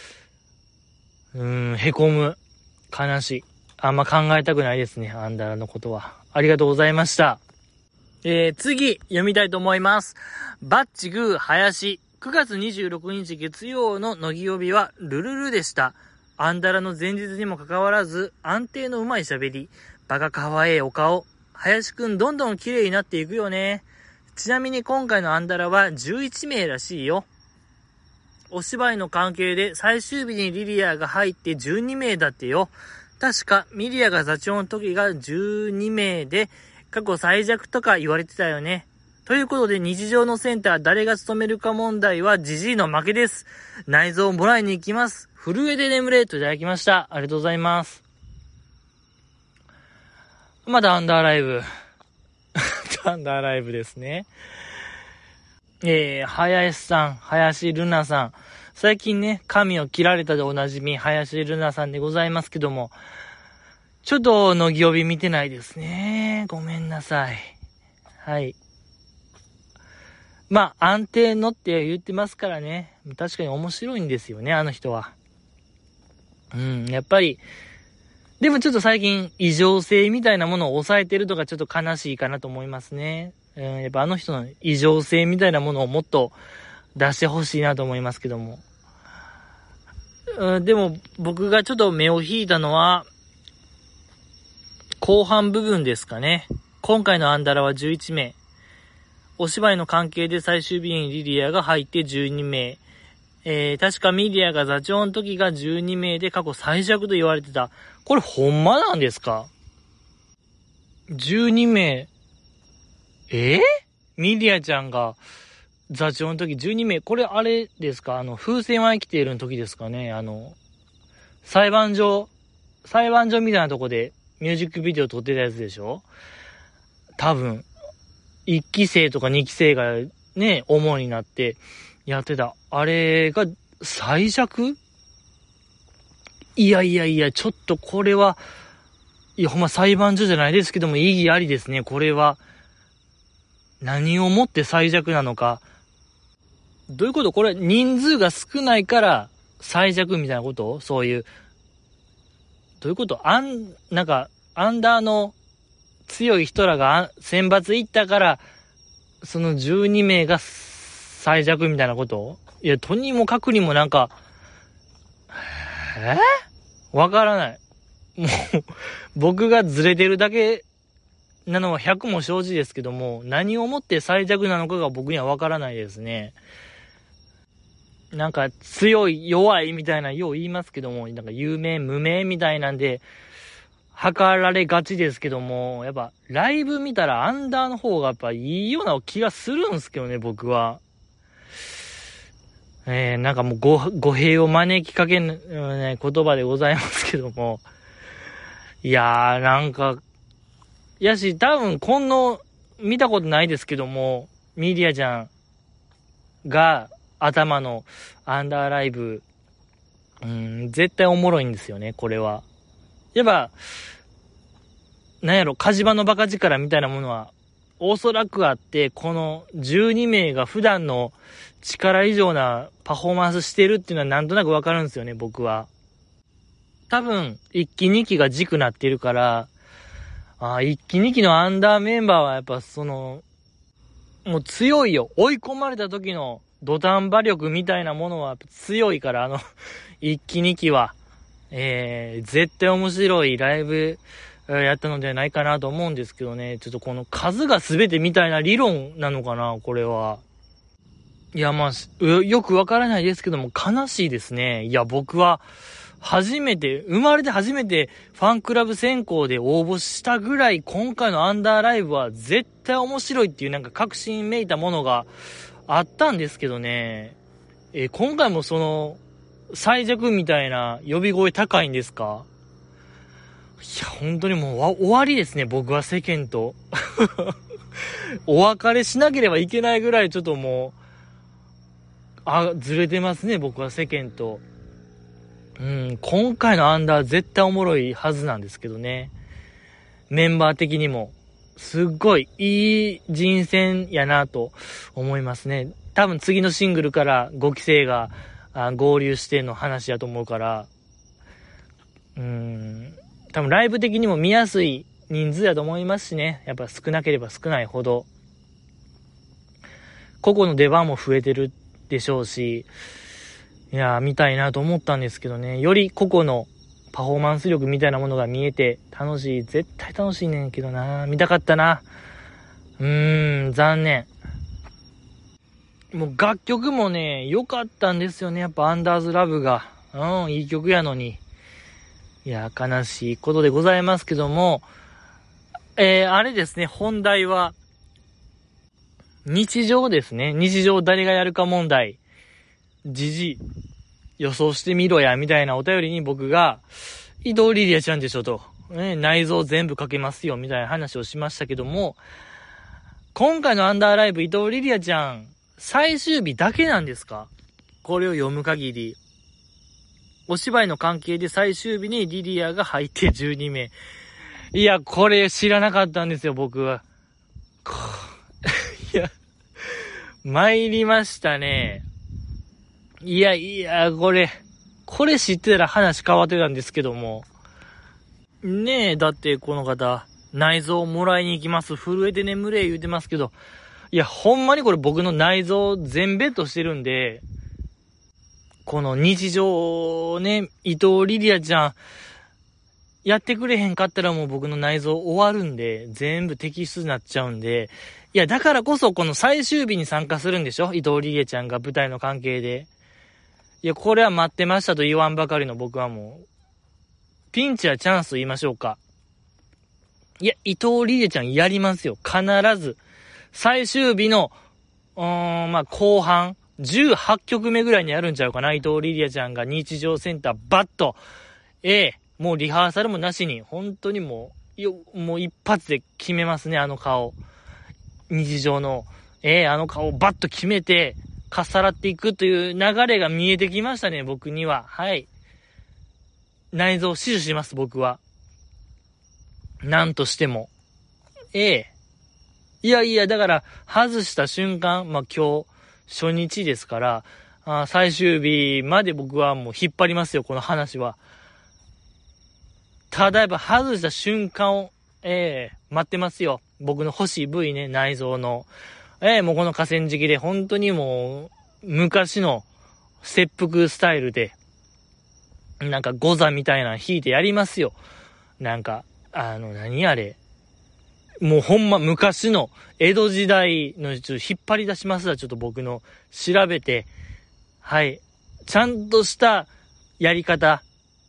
凹む。悲しい。あんま考えたくないですね、アンダラのことは。ありがとうございました。次、読みたいと思います。バッチグー林。9月26日月曜の乃木曜日はルルルでした。アンダラの前日にもかかわらず、安定のうまい喋り。バカかわいいお顔。林くんどんどん綺麗になっていくよね。ちなみに今回のアンダラは11名らしいよ。お芝居の関係で最終日にリリアが入って12名だってよ。確かミリアが座長の時が12名で過去最弱とか言われてたよね。ということで日常のセンター誰が務めるか問題はジジイの負けです。内臓をもらいに行きます。震えで眠れといただきました。ありがとうございます。まだアンダーライブ。アンダーライブですね。林瑠奈さん。最近ね、髪を切られたでおなじみ、林瑠奈さんでございますけども、ちょっと、乃木帯見てないですね。ごめんなさい。はい。まあ、安定のって言ってますからね。確かに面白いんですよね、あの人は。やっぱり、でもちょっと最近、異常性みたいなものを抑えてるとかちょっと悲しいかなと思いますね。やっぱあの人の異常性みたいなものをもっと出してほしいなと思いますけども。でも僕がちょっと目を引いたのは、後半部分ですかね。今回のアンダラは11名。お芝居の関係で最終日にリリアが入って12名。確かミリアが座長の時が12名で過去最弱と言われてた。これほんまなんですか？ 12 名。ミリアちゃんが座長の時12名。これあれですか？風船は生きているの時ですかね。裁判所裁判所みたいなとこでミュージックビデオ撮ってたやつでしょ？多分、1期生とか2期生がね、主になってやってた。あれが最弱？いや、ちょっとこれは、いや、ほんま裁判所じゃないですけども、意義ありですね、これは。何をもって最弱なのか。どういうこと？これ人数が少ないから最弱みたいなこと？そういう。どういうこと？なんか、アンダーの強い人らが選抜行ったから、その12名が最弱みたいなこと？いや、とにもかくにもなんか、わからない。もう、僕がずれてるだけなのは100も承知ですけども、何をもって最弱なのかが僕にはわからないですね。なんか、強い、弱いみたいな、よう言いますけども、なんか、有名、無名みたいなんで、測られがちですけども、やっぱ、ライブ見たらアンダーの方がやっぱいいような気がするんすけどね、僕は。なんかもう語弊を招きかける、ね、言葉でございますけども。いやー、なんか、多分見たことないですけども、ミリアちゃんが頭のアンダーライブ、絶対おもろいんですよね、これは。やっぱ、なんやろ、火事場のバカ力みたいなものは、おそらくあって、この12名が普段の力以上なパフォーマンスしてるっていうのはなんとなくわかるんですよね、僕は。多分、1期2期が軸なってるから、1期2期のアンダーメンバーはやっぱもう強いよ。追い込まれた時の土壇場力みたいなものは強いから、1期2期は、絶対面白いライブ、やったのではないかなと思うんですけどね。ちょっとこの数が全てみたいな理論なのかな、これは。いや、よくわからないですけども、悲しいですね。いや、僕は、生まれて初めてファンクラブ選考で応募したぐらい、今回のアンダーライブは絶対面白いっていうなんか確信めいたものがあったんですけどね。今回も最弱みたいな呼び声高いんですか？いや、本当にもう終わりですね、僕は世間と。お別れしなければいけないぐらいちょっともう、ずれてますね、僕は世間と。今回のアンダー絶対おもろいはずなんですけどね。メンバー的にも、すっごいいい人選やなと思いますね。多分次のシングルから5期生が合流しての話やと思うから、多分ライブ的にも見やすい人数やと思いますしね。やっぱ少なければ少ないほど、個々の出番も増えてるでしょうし、いやー見たいなと思ったんですけどね。より個々のパフォーマンス力みたいなものが見えて楽しい。絶対楽しいねんけどな。見たかったな。残念。もう楽曲もね、良かったんですよね。やっぱアンダーズラブが。いい曲やのに。いや、悲しいことでございますけども、あれですね、本題は、日常ですね。日常誰がやるか問題。予想してみろや、みたいなお便りに僕が、伊藤リリアちゃんでしょと、内臓全部かけますよ、みたいな話をしましたけども、今回のアンダーライブ、伊藤リリアちゃん、最終日だけなんですか？これを読む限り。お芝居の関係で最終日にリリアが入って12名。いや、これ知らなかったんですよ、僕は。いや、参りましたね。いや、これ知ってたら話変わってたんですけども。ねえ、だってこの方、内臓をもらいに行きます。震えて眠れ言うてますけど。いや、ほんまにこれ僕の内臓全ベッドしてるんで、この日常をね、伊藤リリアちゃん、やってくれへんかったらもう僕の内臓終わるんで、全部摘出になっちゃうんで、いや、だからこそこの最終日に参加するんでしょ？伊藤リリアちゃんが舞台の関係で。いや、これは待ってましたと言わんばかりの僕はもう、ピンチはチャンスと言いましょうか。いや、伊藤リリアちゃんやりますよ。必ず。最終日の、後半、18曲目ぐらいにやるんちゃうかな。伊藤リリアちゃんが日常センターバッと、 もうリハーサルもなしに、本当にもう一発で決めますね、あの顔。日常の、あの顔をバッと決めて、かっさらっていくという流れが見えてきましたね、僕には。はい。内臓を死守します、僕は。なんとしても。いや、だから、外した瞬間、今日、初日ですから、最終日まで僕はもう引っ張りますよ、この話は。ただやっぱ外した瞬間を、待ってますよ。僕の欲しい部位ね、内臓の。もうこの河川敷で本当にもう、昔の切腹スタイルで、なんかゴザみたいなの引いてやりますよ。なんか、何あれ。もうほんま昔の江戸時代のちょっと引っ張り出しますわ。ちょっと僕の調べて。はい。ちゃんとしたやり方。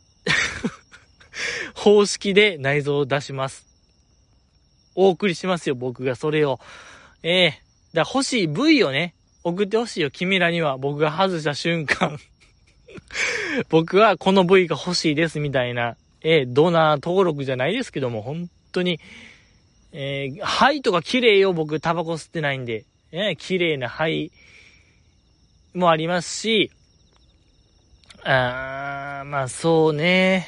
方式で内臓を出します。お送りしますよ、僕がそれを。だ欲しい部位をね、送ってほしいよ、君らには。僕が外した瞬間。僕はこの部位が欲しいですみたいな、ドナー登録じゃないですけども、本当に、肺とか綺麗よ、僕タバコ吸ってないんで、綺麗な肺もありますし、そうね。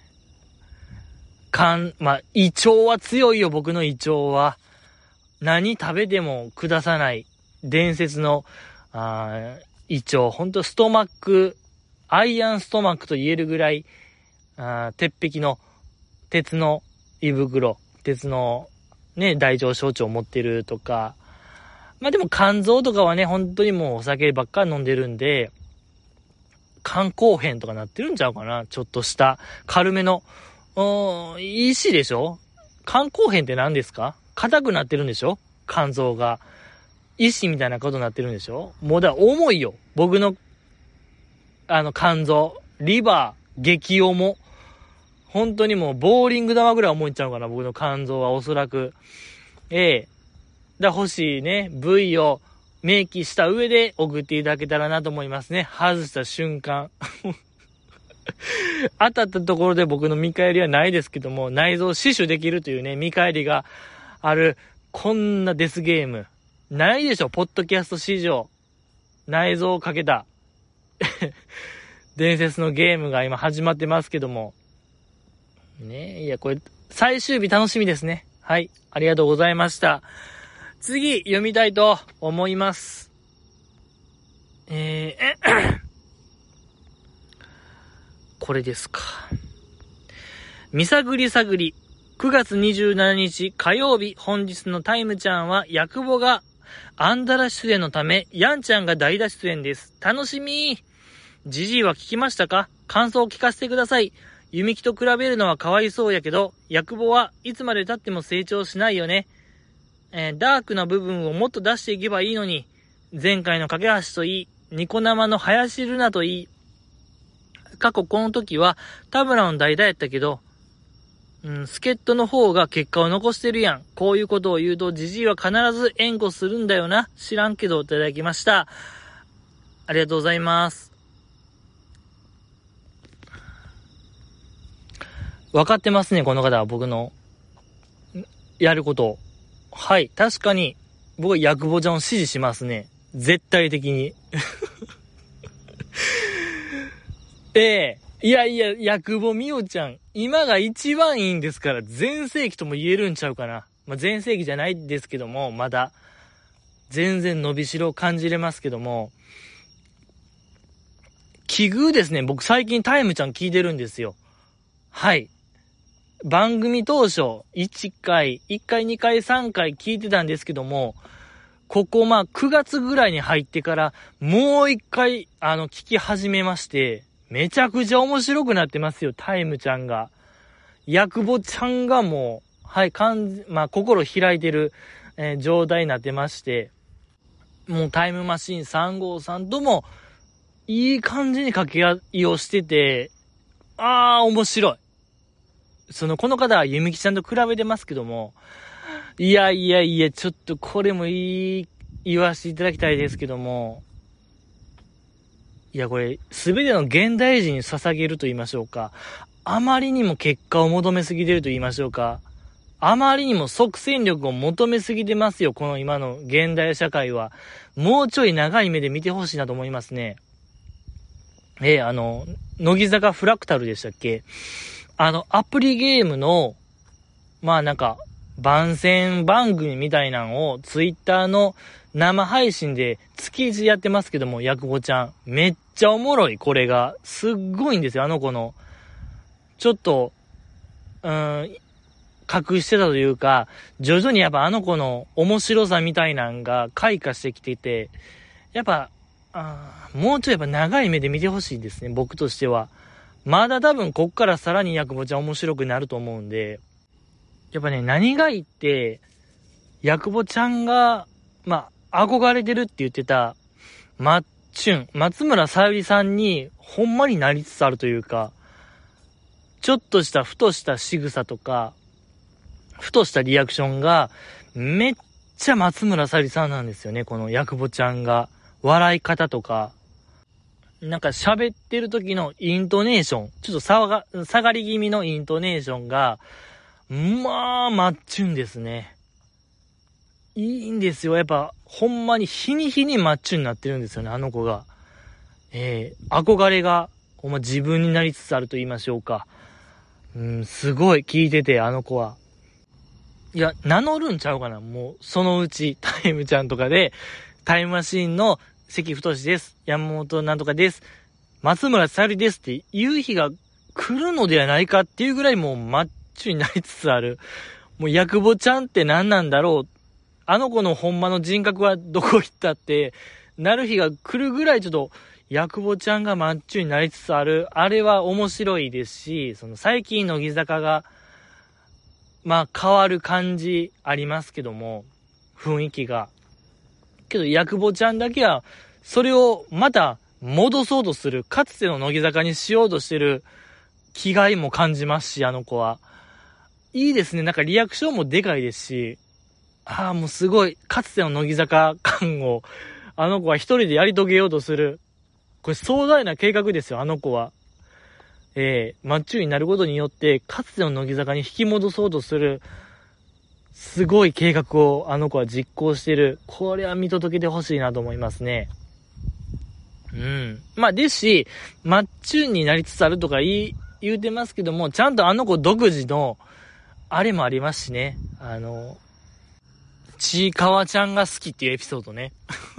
胃腸は強いよ、僕の胃腸は。何食べても下さない伝説の、胃腸。ほんとストマック、アイアンストマックと言えるぐらい、鉄壁の、鉄の胃袋、鉄のね、大腸小腸を持ってるとか、でも肝臓とかはね、本当にもうお酒ばっかり飲んでるんで、肝硬変とかなってるんちゃうかな、ちょっとした軽めの、石でしょ。肝硬変って何ですか？硬くなってるんでしょ？肝臓が。石みたいなことになってるんでしょ？もうだから重いよ。僕の、肝臓。リバー、激重。本当にもうボーリング玉ぐらい重いんちゃうかな、僕の肝臓はおそらく。欲しいね、部位を明記した上で送っていただけたらなと思いますね。外した瞬間。当たったところで僕の見返りはないですけども、内臓を死守できるというね、見返りがある、こんなデスゲーム。ないでしょ、ポッドキャスト史上。内臓をかけた。伝説のゲームが今始まってますけども。ねえ、いや、これ、最終日楽しみですね。はい、ありがとうございました。次、読みたいと思います。これですか。みさぐり探り。9月27日火曜日、本日のタイムちゃんは、ヤクボがアンダラ出演のため、ヤンちゃんが代打出演です。楽しみー。ジジイは聞きましたか？感想を聞かせてください。ユミキと比べるのはかわいそうやけど、ヤクボはいつまで経っても成長しないよね。ダークな部分をもっと出していけばいいのに、前回の架け橋といい、ニコ生の林ルナといい、過去この時は田村の代打やったけど、助っ人の方が結果を残してるやん。こういうことを言うとジジイは必ず援護するんだよな。知らんけどいただきました。ありがとうございます。分かってますね、この方は僕のやることを。はい、確かに僕はヤクボちゃんを支持しますね。絶対的に。いや、ヤクボミオちゃん、今が一番いいんですから、全盛期とも言えるんちゃうかな。全盛期じゃないですけども、まだ、全然伸びしろを感じれますけども、奇遇ですね。僕最近タイムちゃん聞いてるんですよ。はい。番組当初、1回、2回、3回聞いてたんですけども、ここ9月ぐらいに入ってから、もう1回、聞き始めまして、めちゃくちゃ面白くなってますよ、タイムちゃんが。ヤクボちゃんがもう、はい、心開いてる、状態になってまして、もうタイムマシーン3号さんとも、いい感じに掛け合いをしてて、面白い。この方はゆみきちゃんと比べてますけども、いや、ちょっとこれも言わせていただきたいですけども、 いや、これ、すべての現代人に捧げると言いましょうか。あまりにも結果を求めすぎてると言いましょうか。あまりにも即戦力を求めすぎてますよ、この今の現代社会は。もうちょい長い目で見てほしいなと思いますね。乃木坂フラクタルでしたっけ？アプリゲームの、番宣番組みたいなのをツイッターの生配信で月1やってますけども、ヤクボちゃん。めっちゃおもろい、これが。すっごいんですよ、あの子の。ちょっと、隠してたというか、徐々にやっぱあの子の面白さみたいなんが開花してきてて、やっぱ、もうちょいやっぱ長い目で見てほしいですね、僕としては。まだ多分こっからさらにヤクボちゃん面白くなると思うんで、やっぱね、何がいいって、ヤクボちゃんが、憧れてるって言ってた、松村沙友理さんに、ほんまになりつつあるというか、ちょっとしたふとした仕草とか、ふとしたリアクションが、めっちゃ松村沙友理さんなんですよね、このヤクボちゃんが。笑い方とか、喋ってる時のイントネーション、ちょっと下がり気味のイントネーションが、マッチュンですね。いいんですよ。やっぱ、ほんまに日に日にマッチュンになってるんですよね、あの子が。憧れが、ほんま自分になりつつあると言いましょうか。すごい聞いてて、あの子は。いや、名乗るんちゃうかな、もう、そのうち、タイムちゃんとかで、タイムマシーンの関太です。山本なんとかです。松村沙友理ですっていう日が来るのではないかっていうぐらいもうマッチュになりつつある。もうヤクボちゃんって何なんだろう。あの子のほんまの人格はどこ行ったってなる日が来るぐらいちょっとヤクボちゃんがマッチュになりつつある。あれは面白いですし、その最近乃木坂が変わる感じありますけども、雰囲気が。けど、ヤクボちゃんだけは、それをまた戻そうとする、かつての乃木坂にしようとしてる気概も感じますし、あの子は。いいですね。リアクションもでかいですし、もうすごい、かつての乃木坂感を、あの子は一人でやり遂げようとする。これ壮大な計画ですよ、あの子は。マッチュになることによって、かつての乃木坂に引き戻そうとする、すごい計画をあの子は実行してる。これは見届けてほしいなと思いますね。ですし、マッチュンになりつつあるとか言うてますけども、ちゃんとあの子独自の、あれもありますしね。ちいかわちゃんが好きっていうエピソードね。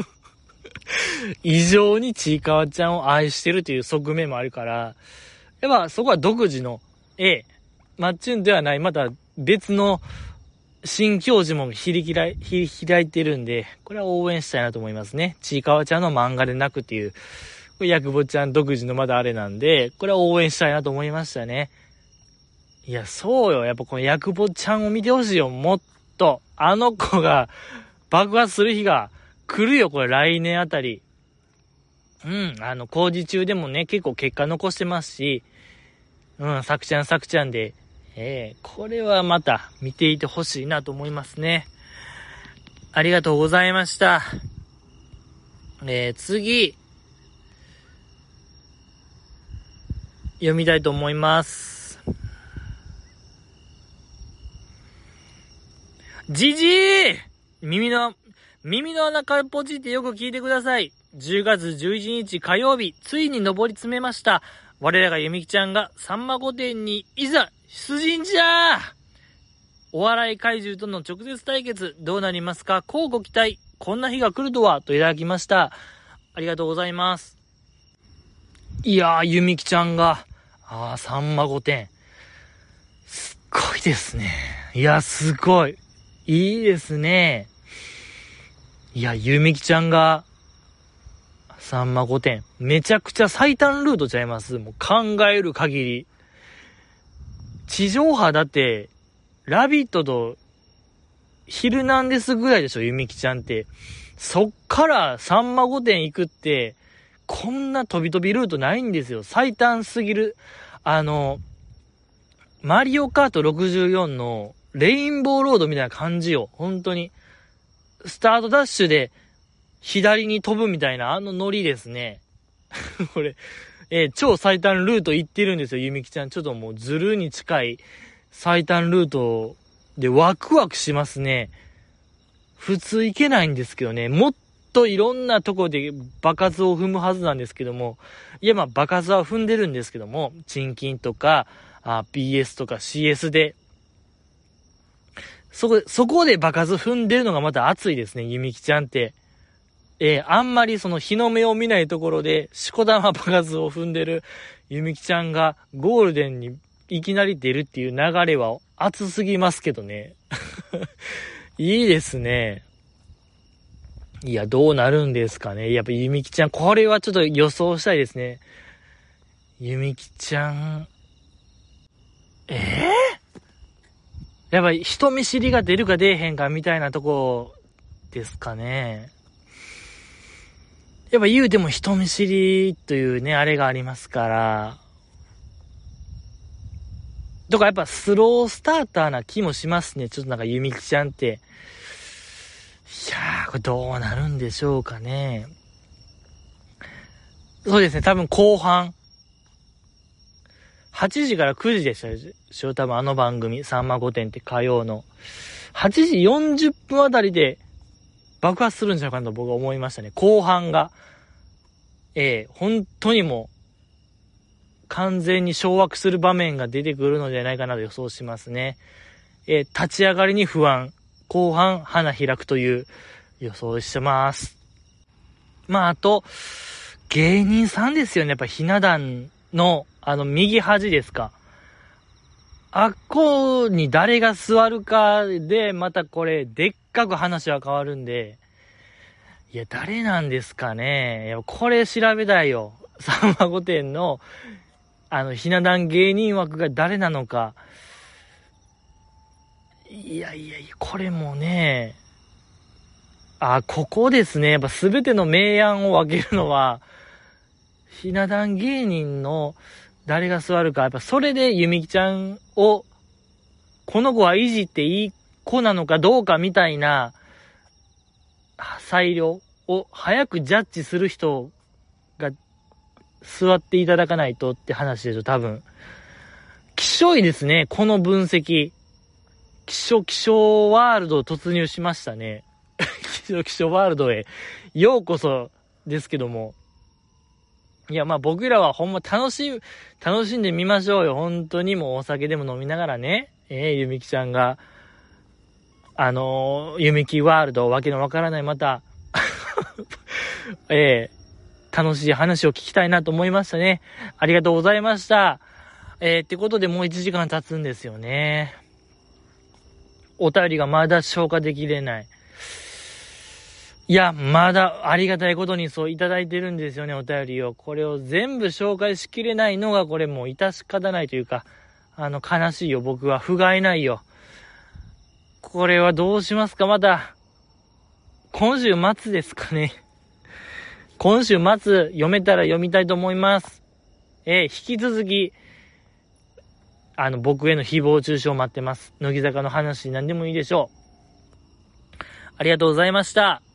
異常にちいかわちゃんを愛してるという側面もあるから、やっぱそこは独自の、マッチュンではない、また別の、新境地も開いてるんで、これは応援したいなと思いますね。ちいかわちゃんの漫画でなくっていう、ヤクボちゃん独自のまだあれなんで、これは応援したいなと思いましたね。いや、そうよ。やっぱこのヤクボちゃんを見てほしいよ。もっと。あの子が爆発する日が来るよ。これ来年あたり。工事中でもね、結構結果残してますし、さくちゃんで、これはまた見ていてほしいなと思いますね。ありがとうございました。次、読みたいと思います。じじー！耳の穴からポチってよく聞いてください。10月11日火曜日、ついに上り詰めました。我らがゆみきちゃんがさんま御殿にいざ出陣じゃー！お笑い怪獣との直接対決どうなりますか？乞うご期待。こんな日が来るとはといただきました。ありがとうございます。いやー、ゆみきちゃんがさんま御殿すっごいですね。いや、すごいいいですね。いや、ゆみきちゃんがさんま御殿めちゃくちゃ最短ルートちゃいます。もう考える限り地上波だってラビットとヒルナンデスぐらいでしょ、ゆみきちゃんって。そっからさんま御殿行くってこんな飛び飛びルートないんですよ。最短すぎる。マリオカート64のレインボーロードみたいな感じよ。本当にスタートダッシュで左に飛ぶみたいなノリですね。 これ、超最短ルート行ってるんですよ、ゆみきちゃん。ちょっともうズルに近い最短ルートでワクワクしますね。普通行けないんですけどね、もっといろんなとこで場数を踏むはずなんですけども、いやまあ場数は踏んでるんですけども、チンキンとか、BS とか CS で、そこで場数踏んでるのがまた熱いですね、ゆみきちゃんって。あんまりその日の目を見ないところで、しこ玉場数を踏んでるゆみきちゃんがゴールデンにいきなり出るっていう流れは熱すぎますけどね。いいですね。いや、どうなるんですかね。やっぱゆみきちゃん、これはちょっと予想したいですね。ゆみきちゃん、やっぱり人見知りが出るか出えへんかみたいなとこですかね。やっぱ言うても人見知りというね、あれがありますから。とかやっぱスロースターターな気もしますね。ちょっとなんかゆみきちゃんって。いやー、これどうなるんでしょうかね。そうですね、多分後半。8時から9時でしたでしょ、多分あの番組、さんま御殿って火曜の。8時40分あたりで爆発するんじゃないかなと僕は思いましたね。後半が。本当にもう、完全に掌握する場面が出てくるのではないかなと予想しますね。立ち上がりに不安。後半、花開くという予想してます。まあ、あと、芸人さんですよね。やっぱひな壇の、右端ですか。あっこに誰が座るかで、またこれ、でっかく話は変わるんで、いや、誰なんですかね。いや、これ調べたいよ。さんま御殿の、ひな壇芸人枠が誰なのか。いや、これもね、ここですね。やっぱ全ての明暗を分けるのは、ひな壇芸人の誰が座るか。やっぱそれでゆみきちゃんを、この子はいじっていい子なのかどうかみたいな、裁量を早くジャッジする人が座っていただかないとって話でしょ、多分。きしょいですね、この分析。きしょワールド突入しましたね。きしょワールドへようこそですけども。いや、まあ僕らはほんま楽しんでみましょうよ。本当にもうお酒でも飲みながらね。ゆみきちゃんが、ゆみきワールド、わけのわからないまた、楽しい話を聞きたいなと思いましたね。ありがとうございました。ってことでもう1時間経つんですよね。お便りがまだ消化できれない。いや、まだありがたいことにそういただいてるんですよね、お便りを。これを全部紹介しきれないのがこれもう致し方ないというか、悲しいよ、僕は。不甲斐ないよ。これはどうしますか、また。今週末ですかね。今週末読めたら読みたいと思います。引き続き、僕への誹謗中傷待ってます。乃木坂の話何でもいいでしょう。ありがとうございました。